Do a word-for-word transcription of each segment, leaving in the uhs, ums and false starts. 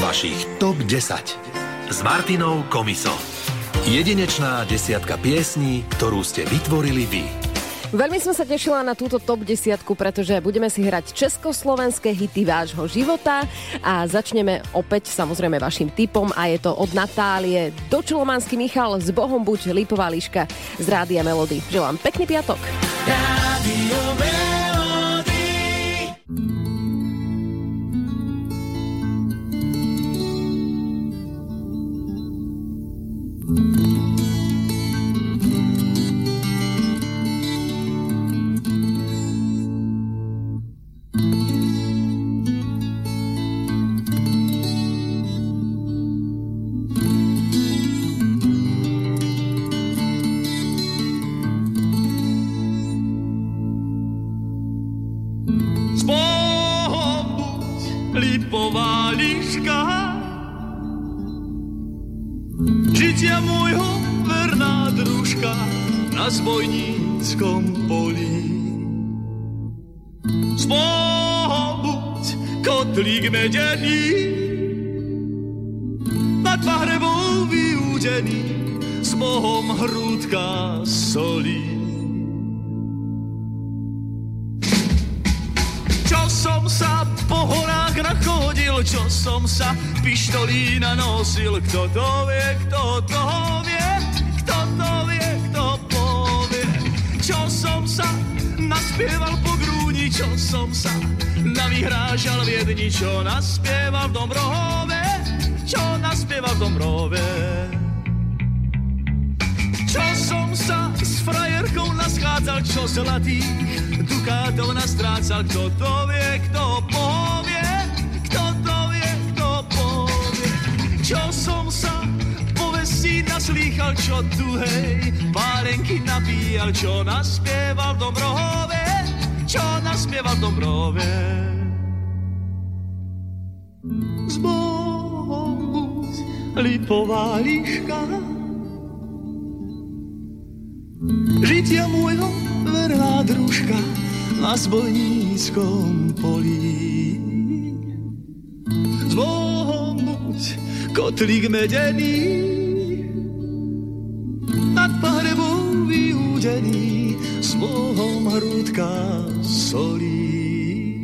Vašich top desať s Martinou Komiso. Jedinečná desiatka piesní, ktorú ste vytvorili vy. Veľmi som sa tešila na túto top desiatku, pretože budeme si hrať československé hity vášho života a začneme opäť samozrejme vašim tipom a je to od Natálie Dočulomanský Michal s Bohom buď Lipová Líška z Rádia Melody. Želám pekný piatok. Rádio Melody. Lipová líška, žitia môjho verná družka na zbojníckom poli. Zbobuď, kotlík medený, nad pahrebou vyúdený, s Bohom hrúdka solí. Čo som sa po horách nachodil, čo som sa pištolí nanosil, kto to vie, kto to vie, kto to vie, kto povie. Čo som sa naspieval po grúni, čo som sa navyhrážal v Viedni, čo naspieval v Dombrove, čo naspieval v Dombrove. Čo som sa s frajerkou naschádzal, čo zlatých dukátov nastrácal, kto to vie, kto povie, kto to vie, kto povie. Čo som sa povestí naslýchal, čo tuhej párenky napíjal, čo naspieval v Dombrove, čo naspieval v Dombrove. S Bohom buď Lipová líška, žitia môjho verná družka na zbojníckom poli. S Bohom buď kotlík medený, nad pahrebou vyúdený, s Bohom hrúdka solí.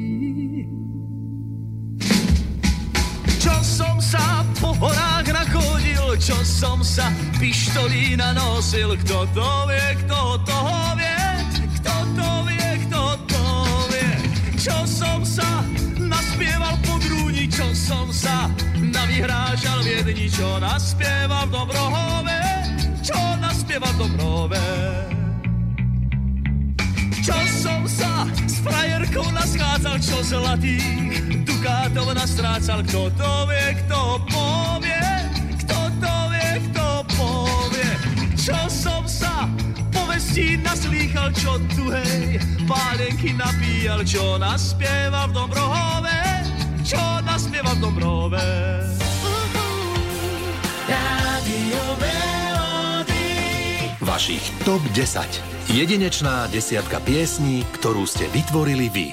Čo som sa po horách nachodil, čo som sa pištolí nanosil, kto to vie, kto to vie, kto to vie, kto to vie. Čo som sa naspieval po grúni, čo som sa navyhrážal v Viedni, čo naspieval v Dombrove, čo naspieval v Dombrove. Čo som sa s frajerkou naschádzal, čo zlatých dukátov nastrácal, kto to vie, kto povie, kto to vie, kto povie. Čo som sa povestí naslýchal, čo tuhej pálenky napíjal, čo naspieval v Dombrove, čo naspieval v Dombrove. Rádio Melody. Vašich top desať. Jedinečná desiatka piesní, ktorú ste vytvorili vy.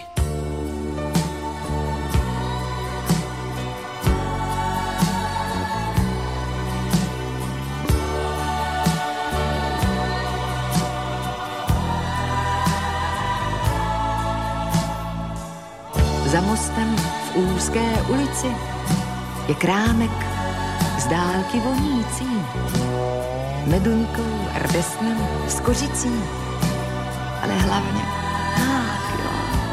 Za mostem v úzké ulici je krámek z dálky vonící meduňkou, rdesnem, s kořicí, ale hlavně, ach jo.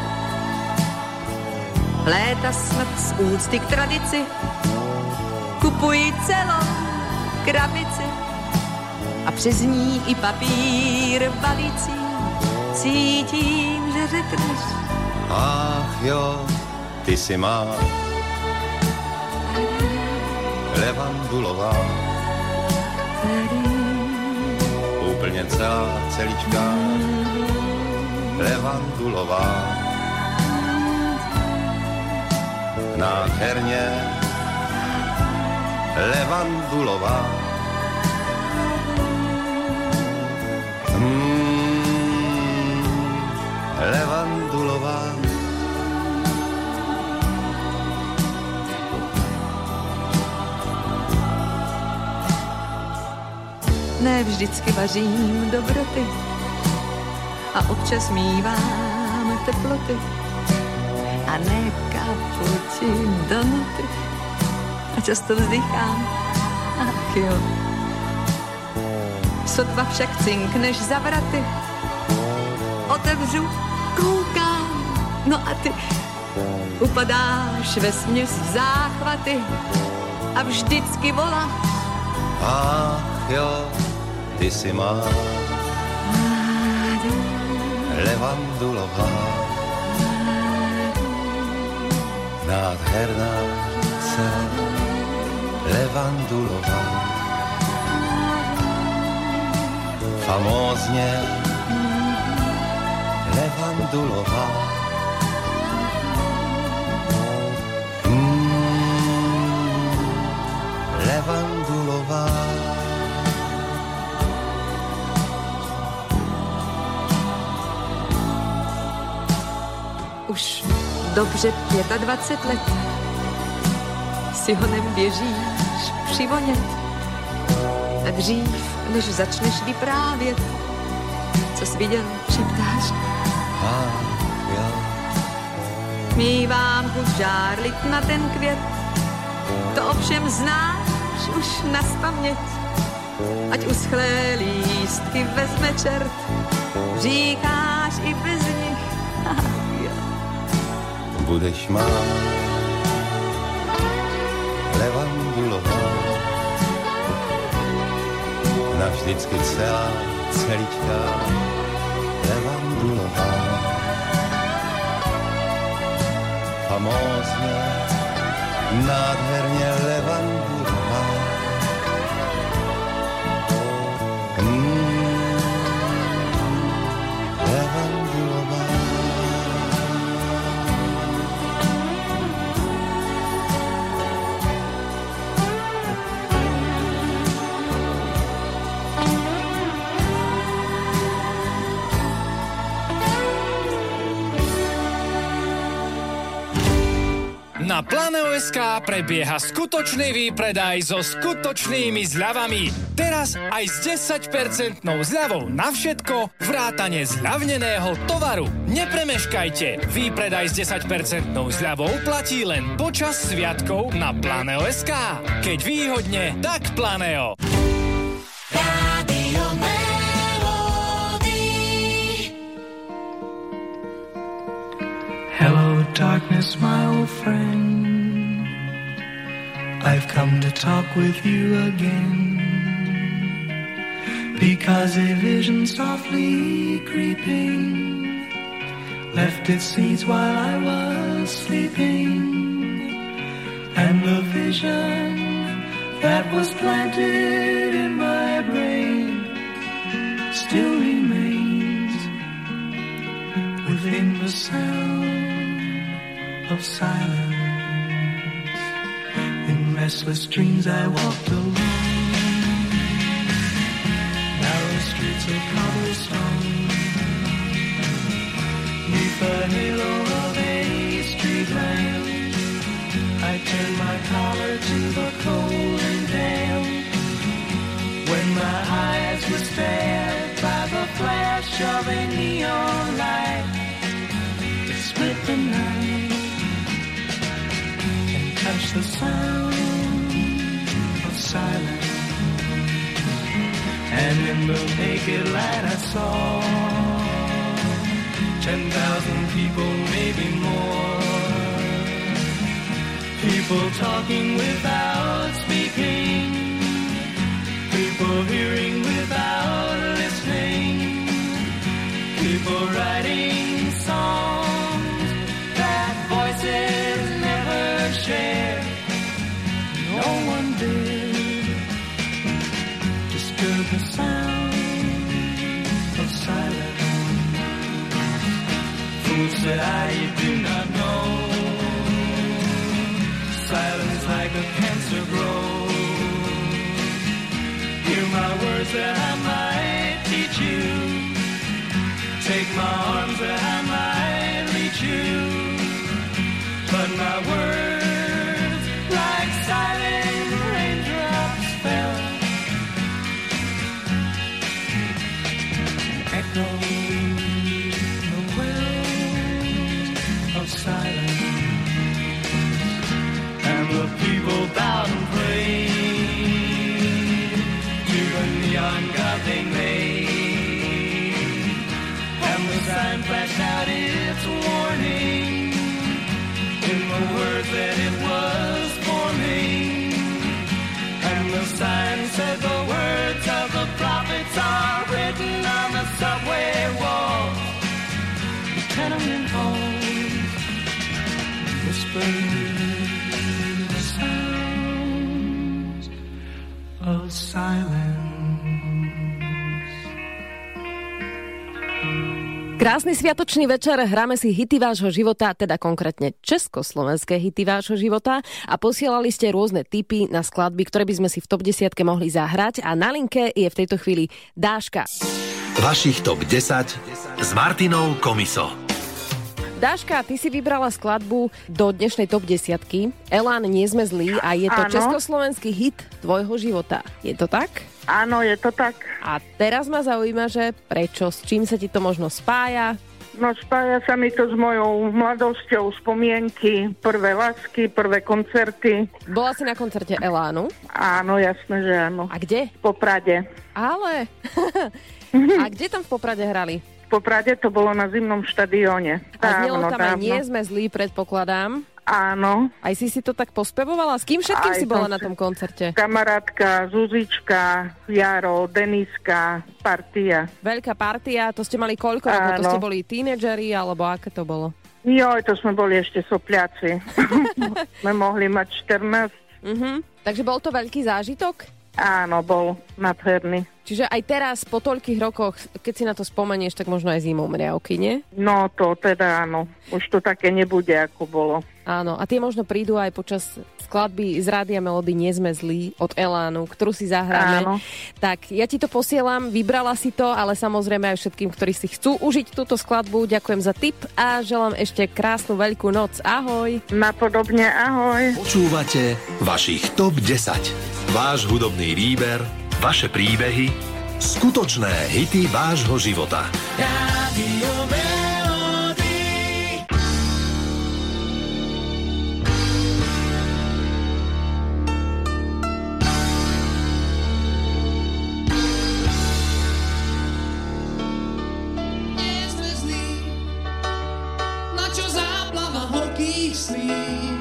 Léta snad z úcty k tradici kupuji celou krabici a přes ní i papír balící. Cítím, že řekneš: ach jo, ty si má levandulová, úplně celá, celička levandulová, nádherně levandulová. Hmm, levandulová. ne vždycky vařím dobroty a občas mívám teploty a ne kapuči donuty a často vzdychám, ach jo. Sotva však cinkneš za vraty, otevřu, koukám, no a ty upadáš vesměs v záchvaty a vždycky volá. Ach jo, ty si má levandulová, nádherná celá levandulová, famózně levandulová. Mm, levandulová. Už dobře dvacet pět let si honem běžíš přivonět a dřív, než začneš vyprávět, co jsi viděl, šeptáš. Ah, jo. Mívám chuť žárlit na ten květ, to ovšem znáš už naspaměť. Ať uschlé lístky vezme čert, říkáš i bez nich. Budeš má levandulová, navždycky celá, celičká levandulová, famózně, nádherně levandulová. Mm, levandulová. Na Planeo bodka es ká prebieha skutočný výpredaj so skutočnými zľavami. Teraz aj s desať percent zľavou na všetko, vrátane zľavneného tovaru. Nepremeškajte, výpredaj s desať percent zľavou platí len počas sviatkov na Planeo bodka es ká. Keď výhodne, tak Planeo. Hello, darkness, my old friend. I've come to talk with you again, because a vision softly creeping left its seeds while I was sleeping, and the vision that was planted in my brain still remains within the sound of silence. In restless dreams I walked alone, narrow streets of cobblestone, neath the halo of a street lamp. I turned my collar to the cold and damp, when my eyes were stared by the flash of a neon light that split the night and touched the sound of silence. And in the naked light I saw ten thousand people, maybe more, people talking without speaking, people hearing without listening, people writing songs that voices never share. No one did disturb the sound of silence. Fool, said I, you do not know, silence like a cancer grows. Hear my words that I might teach you, take my arms that I might reach you, but my words like silent raindrops fell said the words of the prophets are written on the subway walls, the tenement halls, whispering the sounds of silence. Krásny sviatočný večer, hráme si hity vášho života, teda konkrétne československé hity vášho života a posielali ste rôzne tipy na skladby, ktoré by sme si v top desať mohli zahrať a na linke je v tejto chvíli Dáška. Vašich top desať s Martinou Komiso. Dáška, ty si vybrala skladbu do dnešnej top desať. Elán, nie sme zlí a je to Áno. československý hit tvojho života. Je to tak? Áno, je to tak. A teraz ma zaujíma, že prečo, s čím sa ti to možno spája? No spája sa mi to s mojou mladosťou, spomienky, prvé lásky, prvé koncerty. Bola si na koncerte Elánu? Áno, jasné, že áno. A kde? V Poprade. Ale... A kde tam v Poprade hrali? V Poprade to bolo na zimnom štadióne. A znelo tam aj dávno. Nie sme zlí, predpokladám. Áno. Aj si si to tak pospevovala? S kým všetkým Aj si bola som na tom koncerte? Kamarátka, Zuzička, Jaro, Deniska, partia. Veľká partia, to ste mali koľko rokov? To Áno. ste boli tínedžeri, alebo aké to bolo? Joj, to sme boli ešte sopliaci. Sme mohli mať štrnásť. Mhm. Takže bol to veľký zážitok? Áno, bol nádherný. Čiže aj teraz, po toľkých rokoch, keď si na to spomenieš, tak možno aj zimou mriavky, nie? No to teda áno. Už to také nebude, ako bolo. Áno, a tie možno prídu aj počas skladby z Rádia Melody Nie sme zlí od Elánu, ktorú si zahráme. Áno. Tak, ja ti to posielam, vybrala si to, ale samozrejme aj všetkým, ktorí si chcú užiť túto skladbu. Ďakujem za tip a želám ešte krásnu veľkú noc. Ahoj. Napodobne, ahoj. Počúvate vašich top desať. Váš hudobný výber, vaše príbehy, skutočné hity vášho života. Rádio Melody. Nie sme zlí, na čo záplava horkých slív.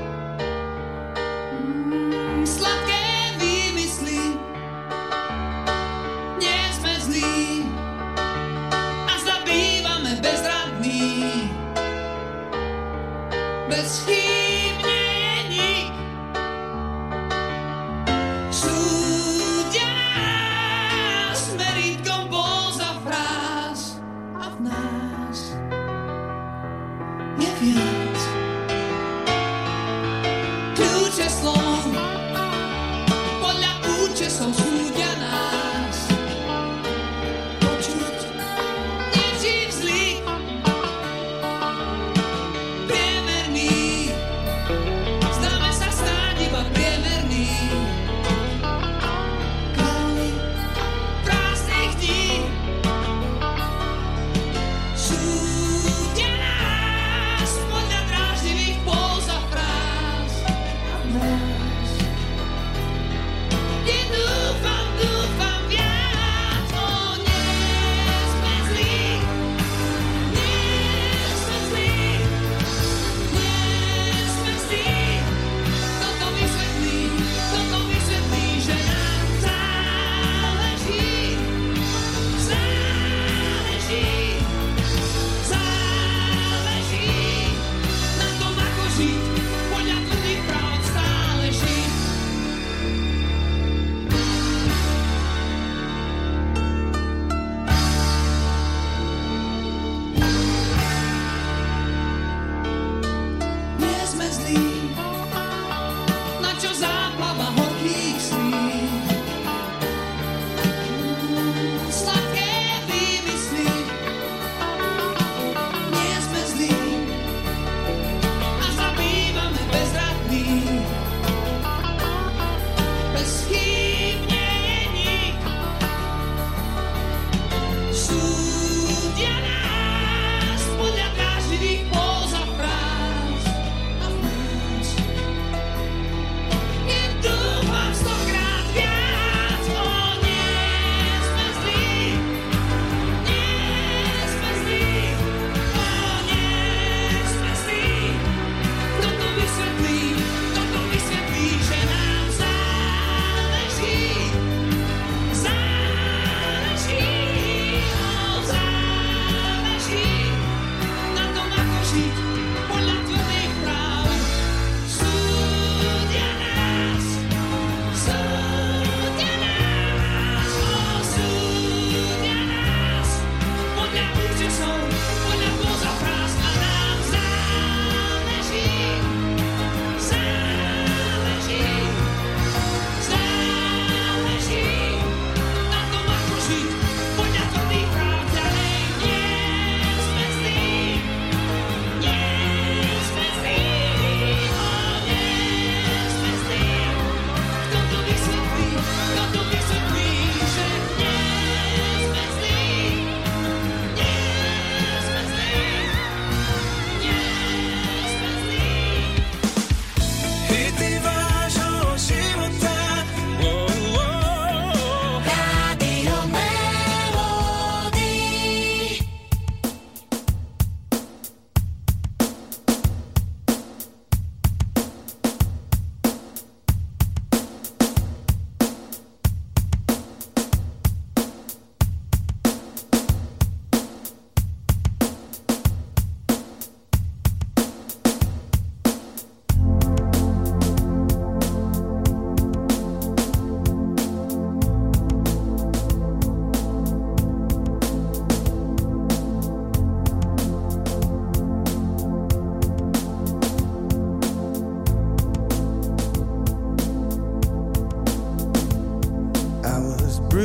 Mm, sladké výmysly. Nie sme zlí, a zda bývame bezradní. Bez chýb nie je nik. Súdia nás merítkom poza fráz a v nás je viac.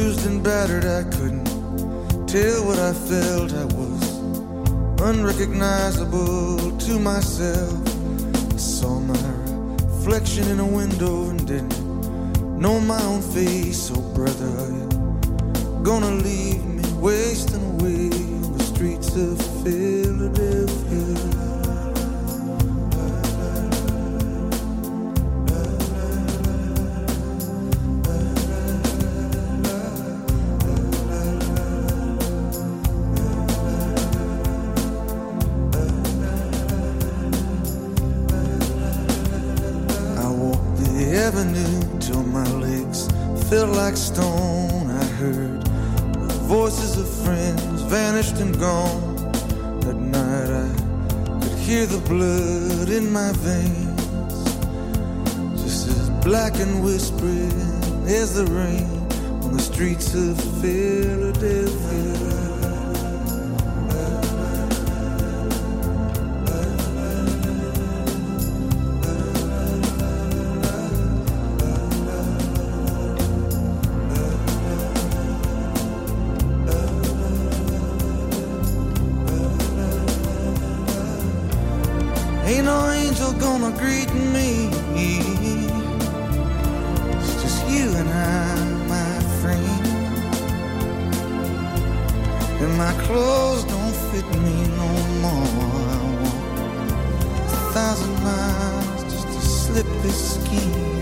bruised and battered, I couldn't tell what I felt. I was unrecognizable to myself. I saw my reflection in a window and didn't know my own face. Oh brother, are you gonna leave me wasting away on the streets of Philadelphia? Felt like stone. I heard the voices of friends vanished and gone. That night I could hear the blood in my veins, just as black and whispering as the rain on the streets of Philadelphia. Ain't no angel gonna greet me. It's just you and I, my friend. And my clothes don't fit me no more. I walk a thousand miles just to slip this skin.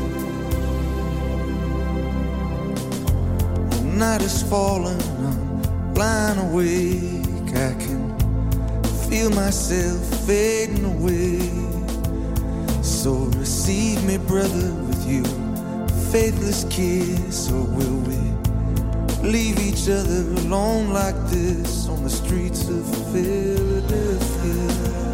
The night is falling, I'm lying awake. I can feel myself fading away. So receive me, brother, with you faithless kiss. Or will we leave each other alone like this on the streets of Philadelphia?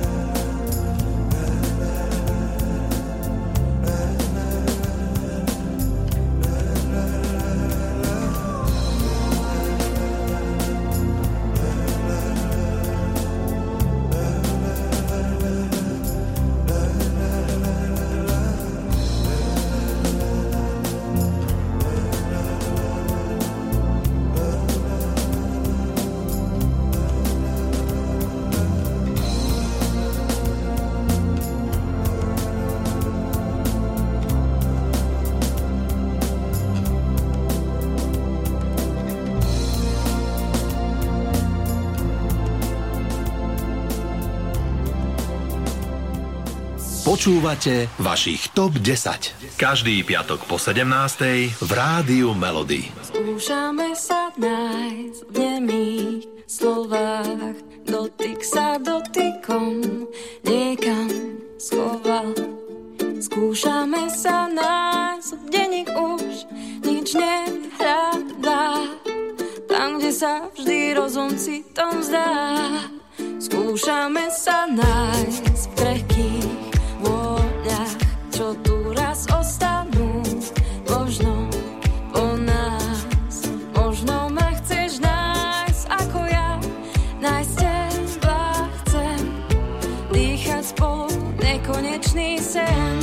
Počúvate vašich top desať. Každý piatok po sedemnástej v Rádiu Melody. Skúšame sa nájsť v nemých slovách. Dotyk sa dotykom niekam schoval. Skúšame sa nájsť v denník už nič nehľadá. Tam, kde sa vždy rozum citom zdá. Skúšame sa nájsť v krehkých vôňach, čo tu raz ostanú. Možno po nás, možno ma chceš nájsť ako ja. Nájsť teba chcem, dýchať spolu nekonečný sen.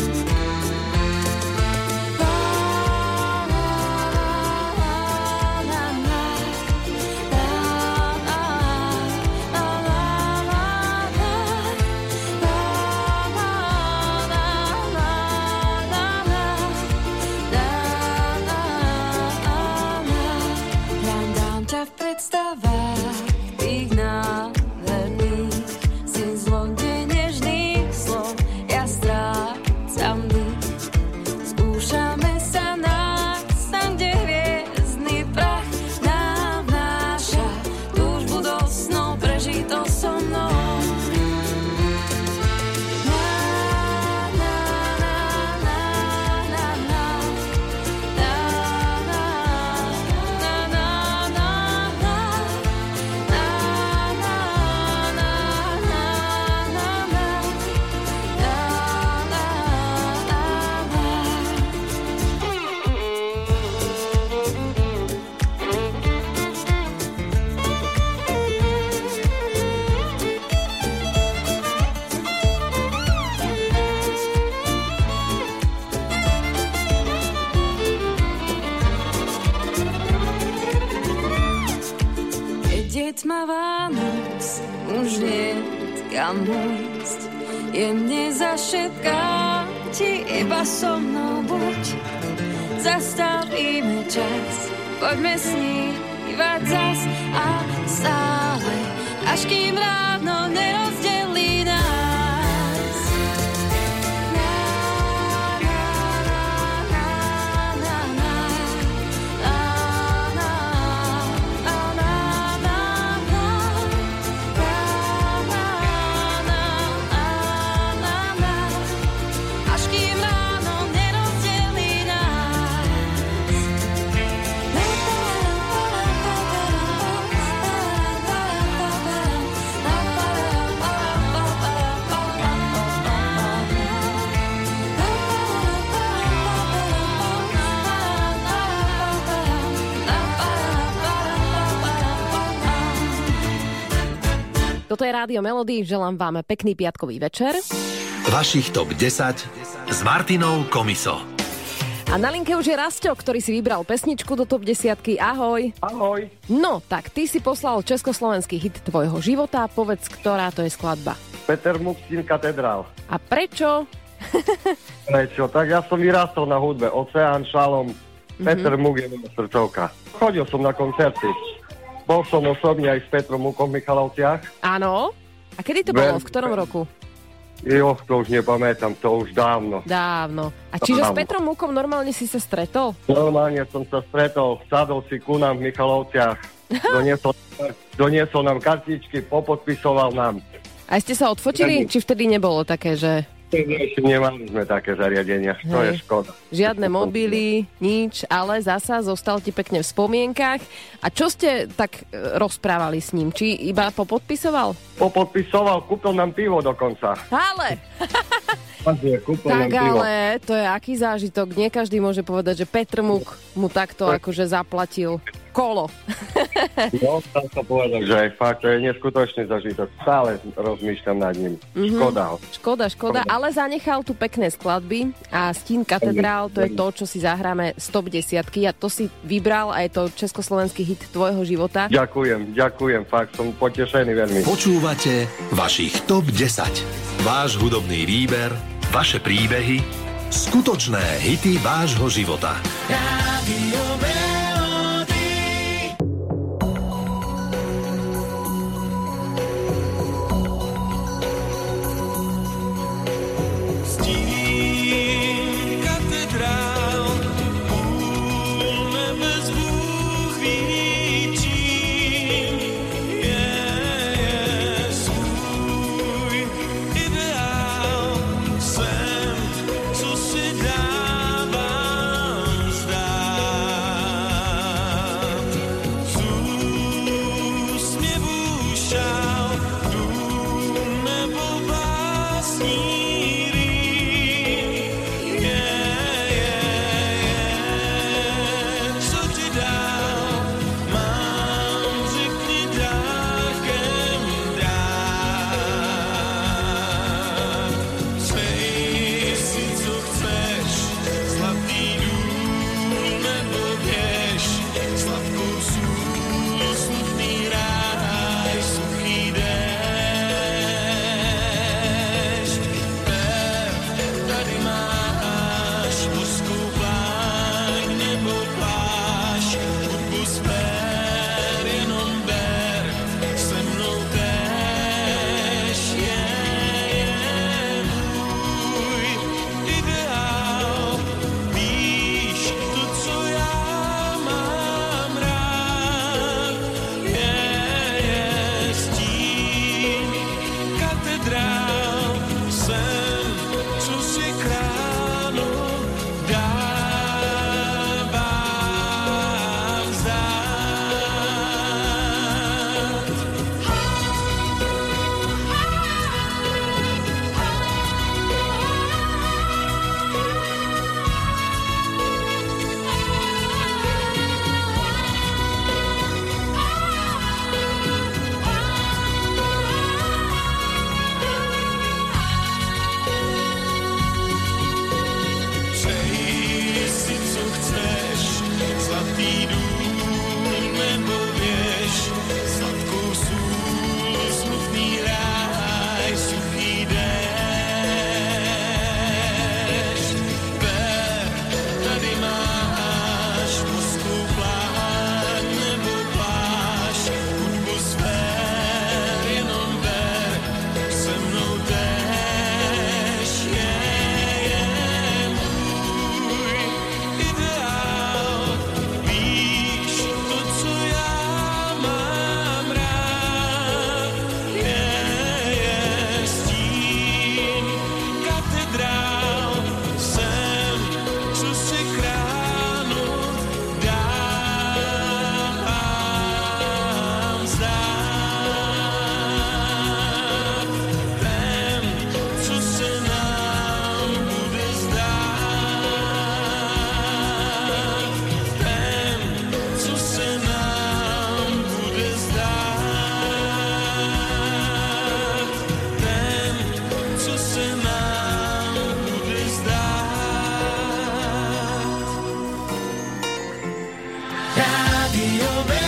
je tmavá noc, už nie kam ísť. Jemne zašepkám ti, iba so mnou buď. Zastavíme čas, poďme snívať zas a stále, až kým ráno nerozdelí nás. Toto je Rádio Melody, želám vám pekný piatkový večer. Vašich top desať s Martinou Komiso. A na linke už je Rasťo, ktorý si vybral pesničku do top desiatky. Ahoj. Ahoj. No, tak ty si poslal československý hit tvojho života. Povedz, ktorá to je skladba. Peter Muk, Stín katedrál. A prečo? Prečo? Tak ja som vyrástol na hudbe. Oceán, Šalom, mm-hmm. Peter Muk je moja srdcovka. Chodil som na koncerty. Bol som osobne aj s Petrom Mukom v Michalovciach. Áno. A kedy to bolo? V ktorom roku? Jo, to už nepamätám, to už dávno. Dávno. A čiže dávno. S Petrom Mukom normálne si sa stretol? Normálne som sa stretol, sadol si ku nám v Michalovciach. Doniesol, doniesol nám kartičky, popodpisoval nám. A ste sa odfotili? Či vtedy nebolo také, že... Nemali sme také zariadenia, Hej. To je škoda. Žiadne mobily, nič, ale zasa zostal ti pekne v spomienkach. A čo ste tak rozprávali s ním? Či iba popodpisoval? Popodpisoval, kúpil nám pivo dokonca. Ale... Kúpil tak ale, to je aký zážitok. Nie každý môže povedať, že Petr Muk mu takto akože zaplatil kolo. No, tam sa povedať, že aj fakt, to je neskutočný zažitok. Stále rozmýšľam nad ním. Mm-hmm. Škoda. Škoda, škoda, ale zanechal tu pekné skladby a Stín katedrál, to je to, čo si zahráme z top desiatky a to si vybral a je to československý hit tvojho života. Ďakujem, ďakujem, fakt som potešený veľmi. Počúvate vašich top desať. Váš hudobný výber, vaše príbehy, skutočné hity vášho života. Rádio Rádio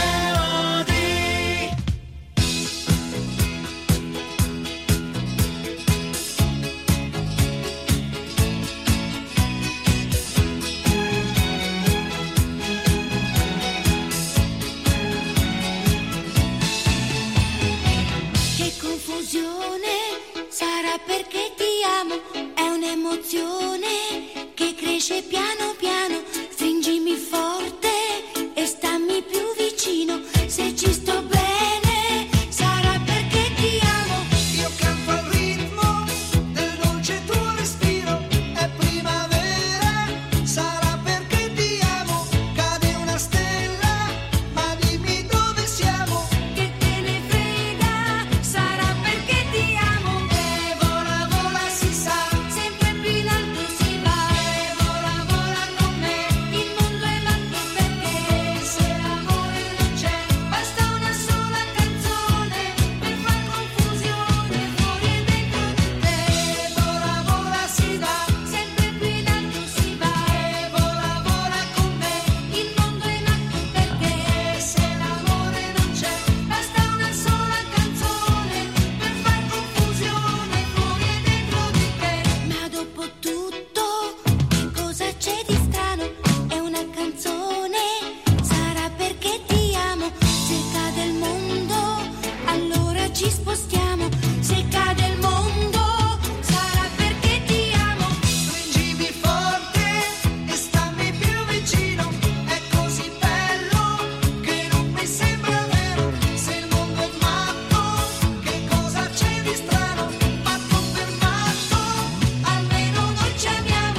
sarà perché ti amo, è un'emozione che cresce piano piano, stringimi forte e stammi più vicino, se ci sto bene sarà perché ti amo. Io canto al ritmo del dolce tuo respiro, è primavera, sarà perché ti amo, cade una stella, ma dimmi dove siamo. Che te ne frega, sarà perché ti amo. E vola, vola, si sa, Sempre più in alto si va. e vola, vola con me. Il mondo è matto perché se l'amore non c'è, basta una sola canzone per far confusione fuori e dentro di te. E vola, vola, si va, Sempre più in alto si va. e vola, vola con me. Il mondo è matto perché Se l'amore non c'è, basta una sola canzone per far confusione fuori e dentro di te. Ma dopo tutto, che cosa c'è di strano? È una canzone, sarà perché ti amo. Se cade il mondo, allora ci spostiamo. Se cade il mondo, sarà perché ti amo. stringimi forte e stammi più vicino, è così bello che non mi sembra vero. Se il mondo è matto, che cosa c'è di strano? Matto per matto, almeno noi ci amiamo.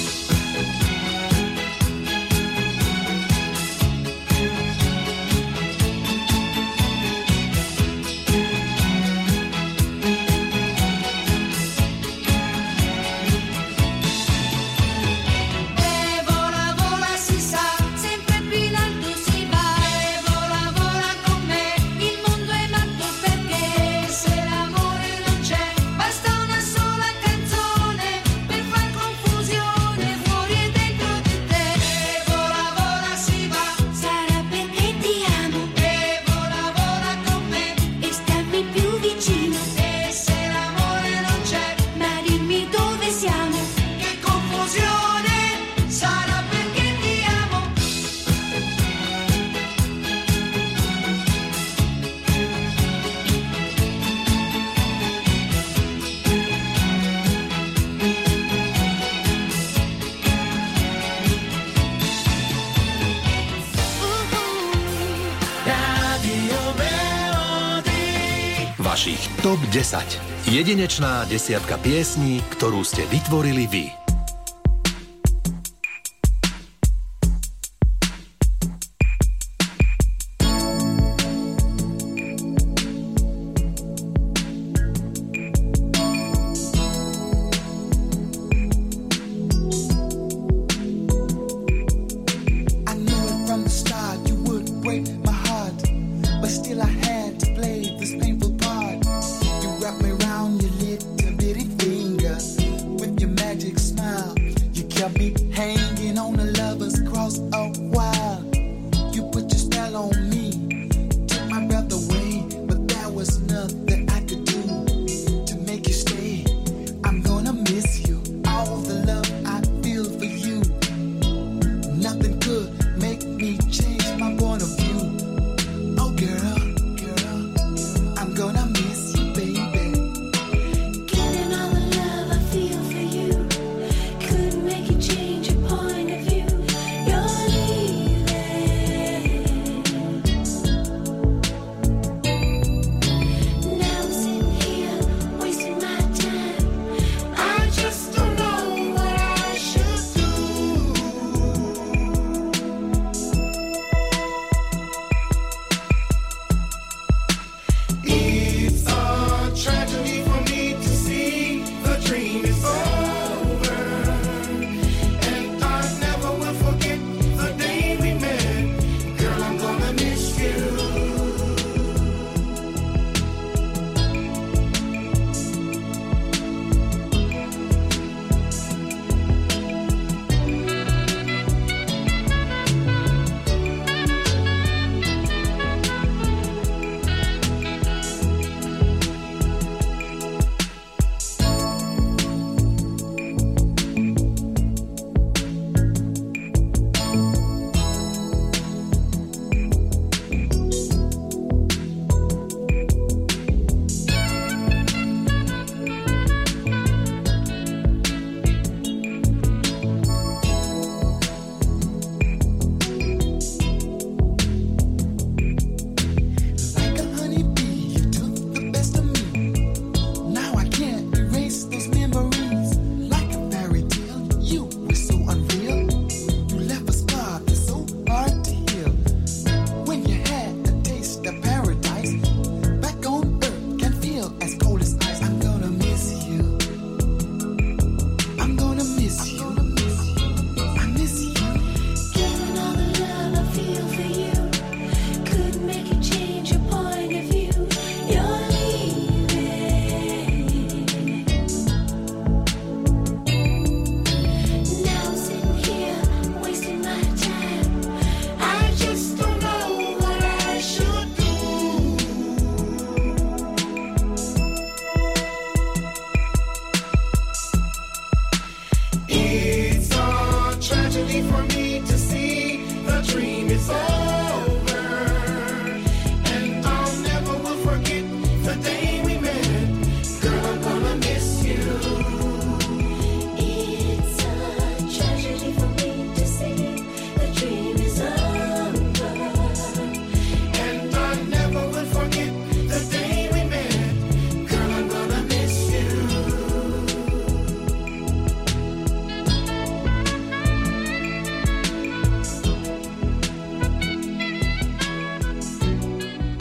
E vola, vola, si sa, Sempre più in alto si va. e vola, vola con me. Il mondo è matto perché Se l'amore non c'è, basta una sola canzone per far confusione fuori e dentro di te. e vola, vola, si va, Sarà perché ti amo e vola, vola con me. e stammi più vicino. E se l'amore non c'è, Ma dimmi dove siamo. che confusione, sarà perché ti amo. Radio Melody. Vašich top desať. Jedinečná desiatka piesní, ktorú ste vytvorili vy. I knew it from the start, you would break my heart. But still I had to play this painful part. You wrap me around your little bitty finger with your magic smile. You kept me hanging on a lover's cross a while. You put your spell on me, took my breath away. But there was nothing I could do to make you stay. I'm gonna miss you, all the love I feel for you. Nothing could make me change my point of view. Oh girl, girl, I'm gonna miss you, baby. Given all the love I feel for you, couldn't make you change your point of view. You're leaving.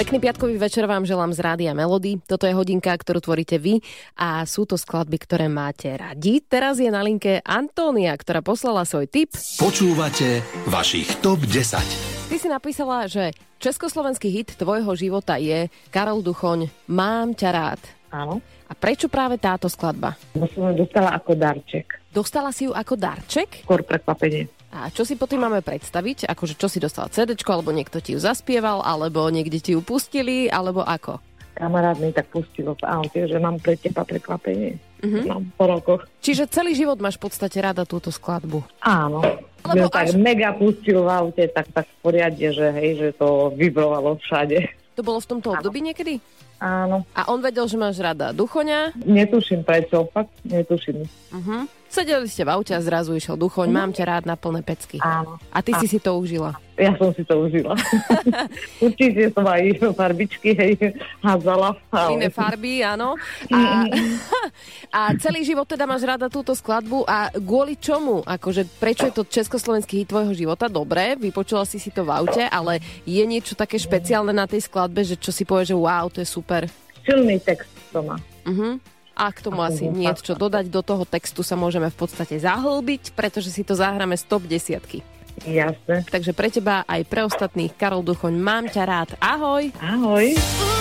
Pekný piatkový večer vám želám z Rádia Melody. Toto je hodinka, ktorú tvoríte vy a sú to skladby, ktoré máte radi. Teraz je na linke Antónia, ktorá poslala svoj tip. Počúvate vašich top desať. Ty si napísala, že československý hit tvojho života je Karol Duchoň Mám ťa rád. Áno. A prečo práve táto skladba? Bo som ju dostala ako darček. Dostala si ju ako darček? Skôr prekvapenie. A čo si po tým máme predstaviť? Akože čo si dostala cé déčko, alebo niekto ti ju zaspieval, alebo niekde ti ju pustili, alebo ako? Kamarát mi tak pustil v aute, že mám pre teba prekvapenie. Mhm. Mám po rokoch. Čiže celý život máš v podstate rada túto skladbu? Áno. Lebo Lebo tak až- mega pustil v aute, tak tak poriadne, že hej, že to vibrovalo všade. To bolo v tomto období niekedy? Áno. A on vedel, že máš rada Duchoňa? Netuším prečo, fakt netuším. Uh-huh. Sedeli ste v aute a zrazu išiel Duchoň, mám ťa rád na plné pecky. Áno. A ty si si to užila? Ja som si to užila. Určite som aj farbičky, hej, hádzala. Ale... Iné farby, áno. A, a celý život teda máš rada túto skladbu a kvôli čomu? Akože prečo je to československý hit tvojho života? Dobre, vypočula si si to v aute, ale je niečo také špeciálne na tej skladbe, že čo si povie, že wow, to je super? Silný text to má. Uh-huh. A k tomu asi nie čo dodať. Do toho textu sa môžeme v podstate zahlbiť, pretože si to zahráme z top desiatky. Jasne. Takže pre teba aj pre ostatných Karol Duchoň Mám ťa rád. Ahoj. Ahoj.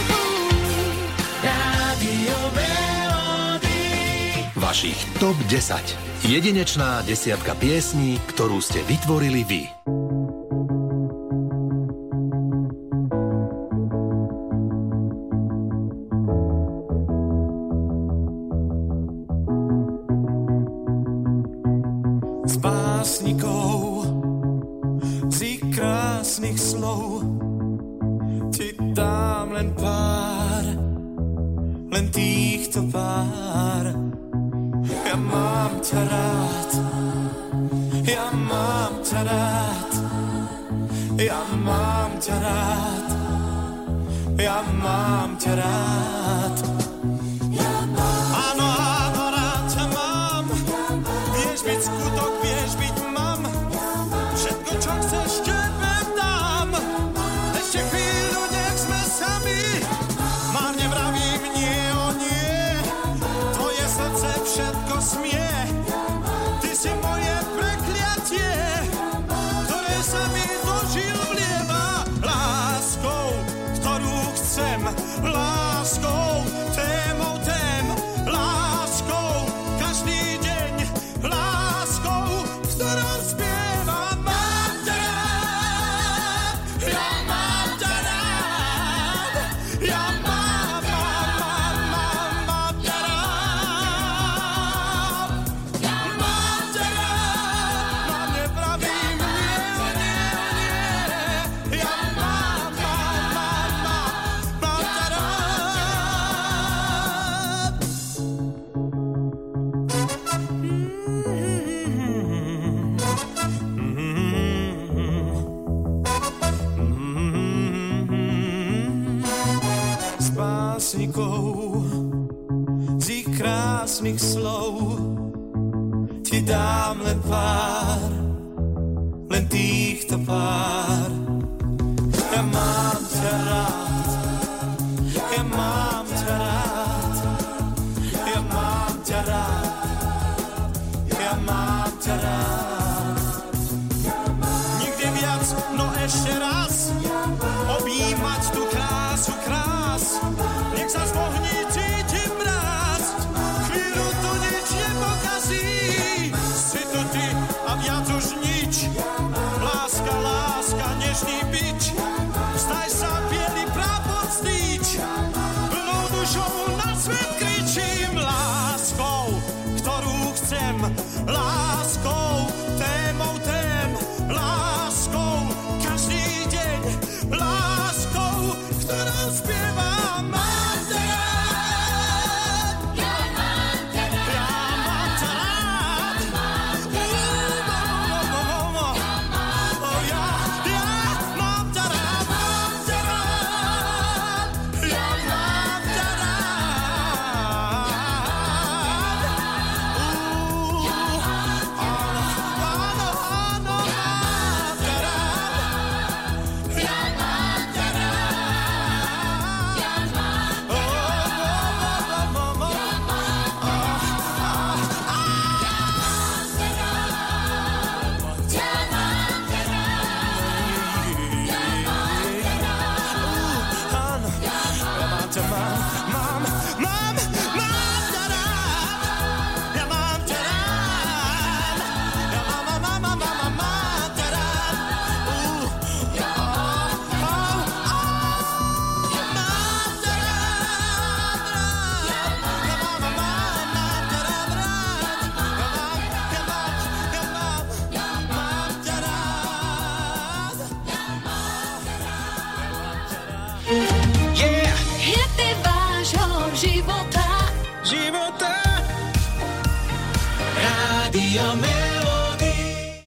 Vašich top desať. Jedinečná desiatka piesní, ktorú ste vytvorili vy. S básnikou, z ich krásnych slov ti dám len pár, len týchto pár. Ja mám ťa rád, ja mám ťa rád, ja mám ťa rád, ja mám ťa rád. Áno, áno, rád ťa mám, vieš byť skutok, vieš byť mám, všetko, čo chceš, tebe dám. Ešte chvíľu, nech sme sami, márne vravím nie o nie, tvoje srdce všetko smie. Ty si moje prekliatie, ktoré sa mi do žil vlieva. Láskou, ktorú chcem, láskou, témou tém, láskou, každý deň, láskou, v ktorom spievam. Mám ťa rád, ja mám ťa rád, ja mám, mám, mám, mám, mám ťa rád. Ja mám ťa rád, mám nepravím nie, o nie, o nie. Ja mám, mám, mám, mám, mám ťa rád. S básnikou, z ich krásnych slov ti dám len pár, len týchto pár. Ja mám ťa rád, ja mám ťa rád, ja mám ťa rád, ja mám ťa rád. Nikdy viac, no ešte raz, objímať tú krásu krás, nech sa z ohní cítim rásť, chvíľu to nič nepokazí, si tu ty a viac už nič, láska, láska a my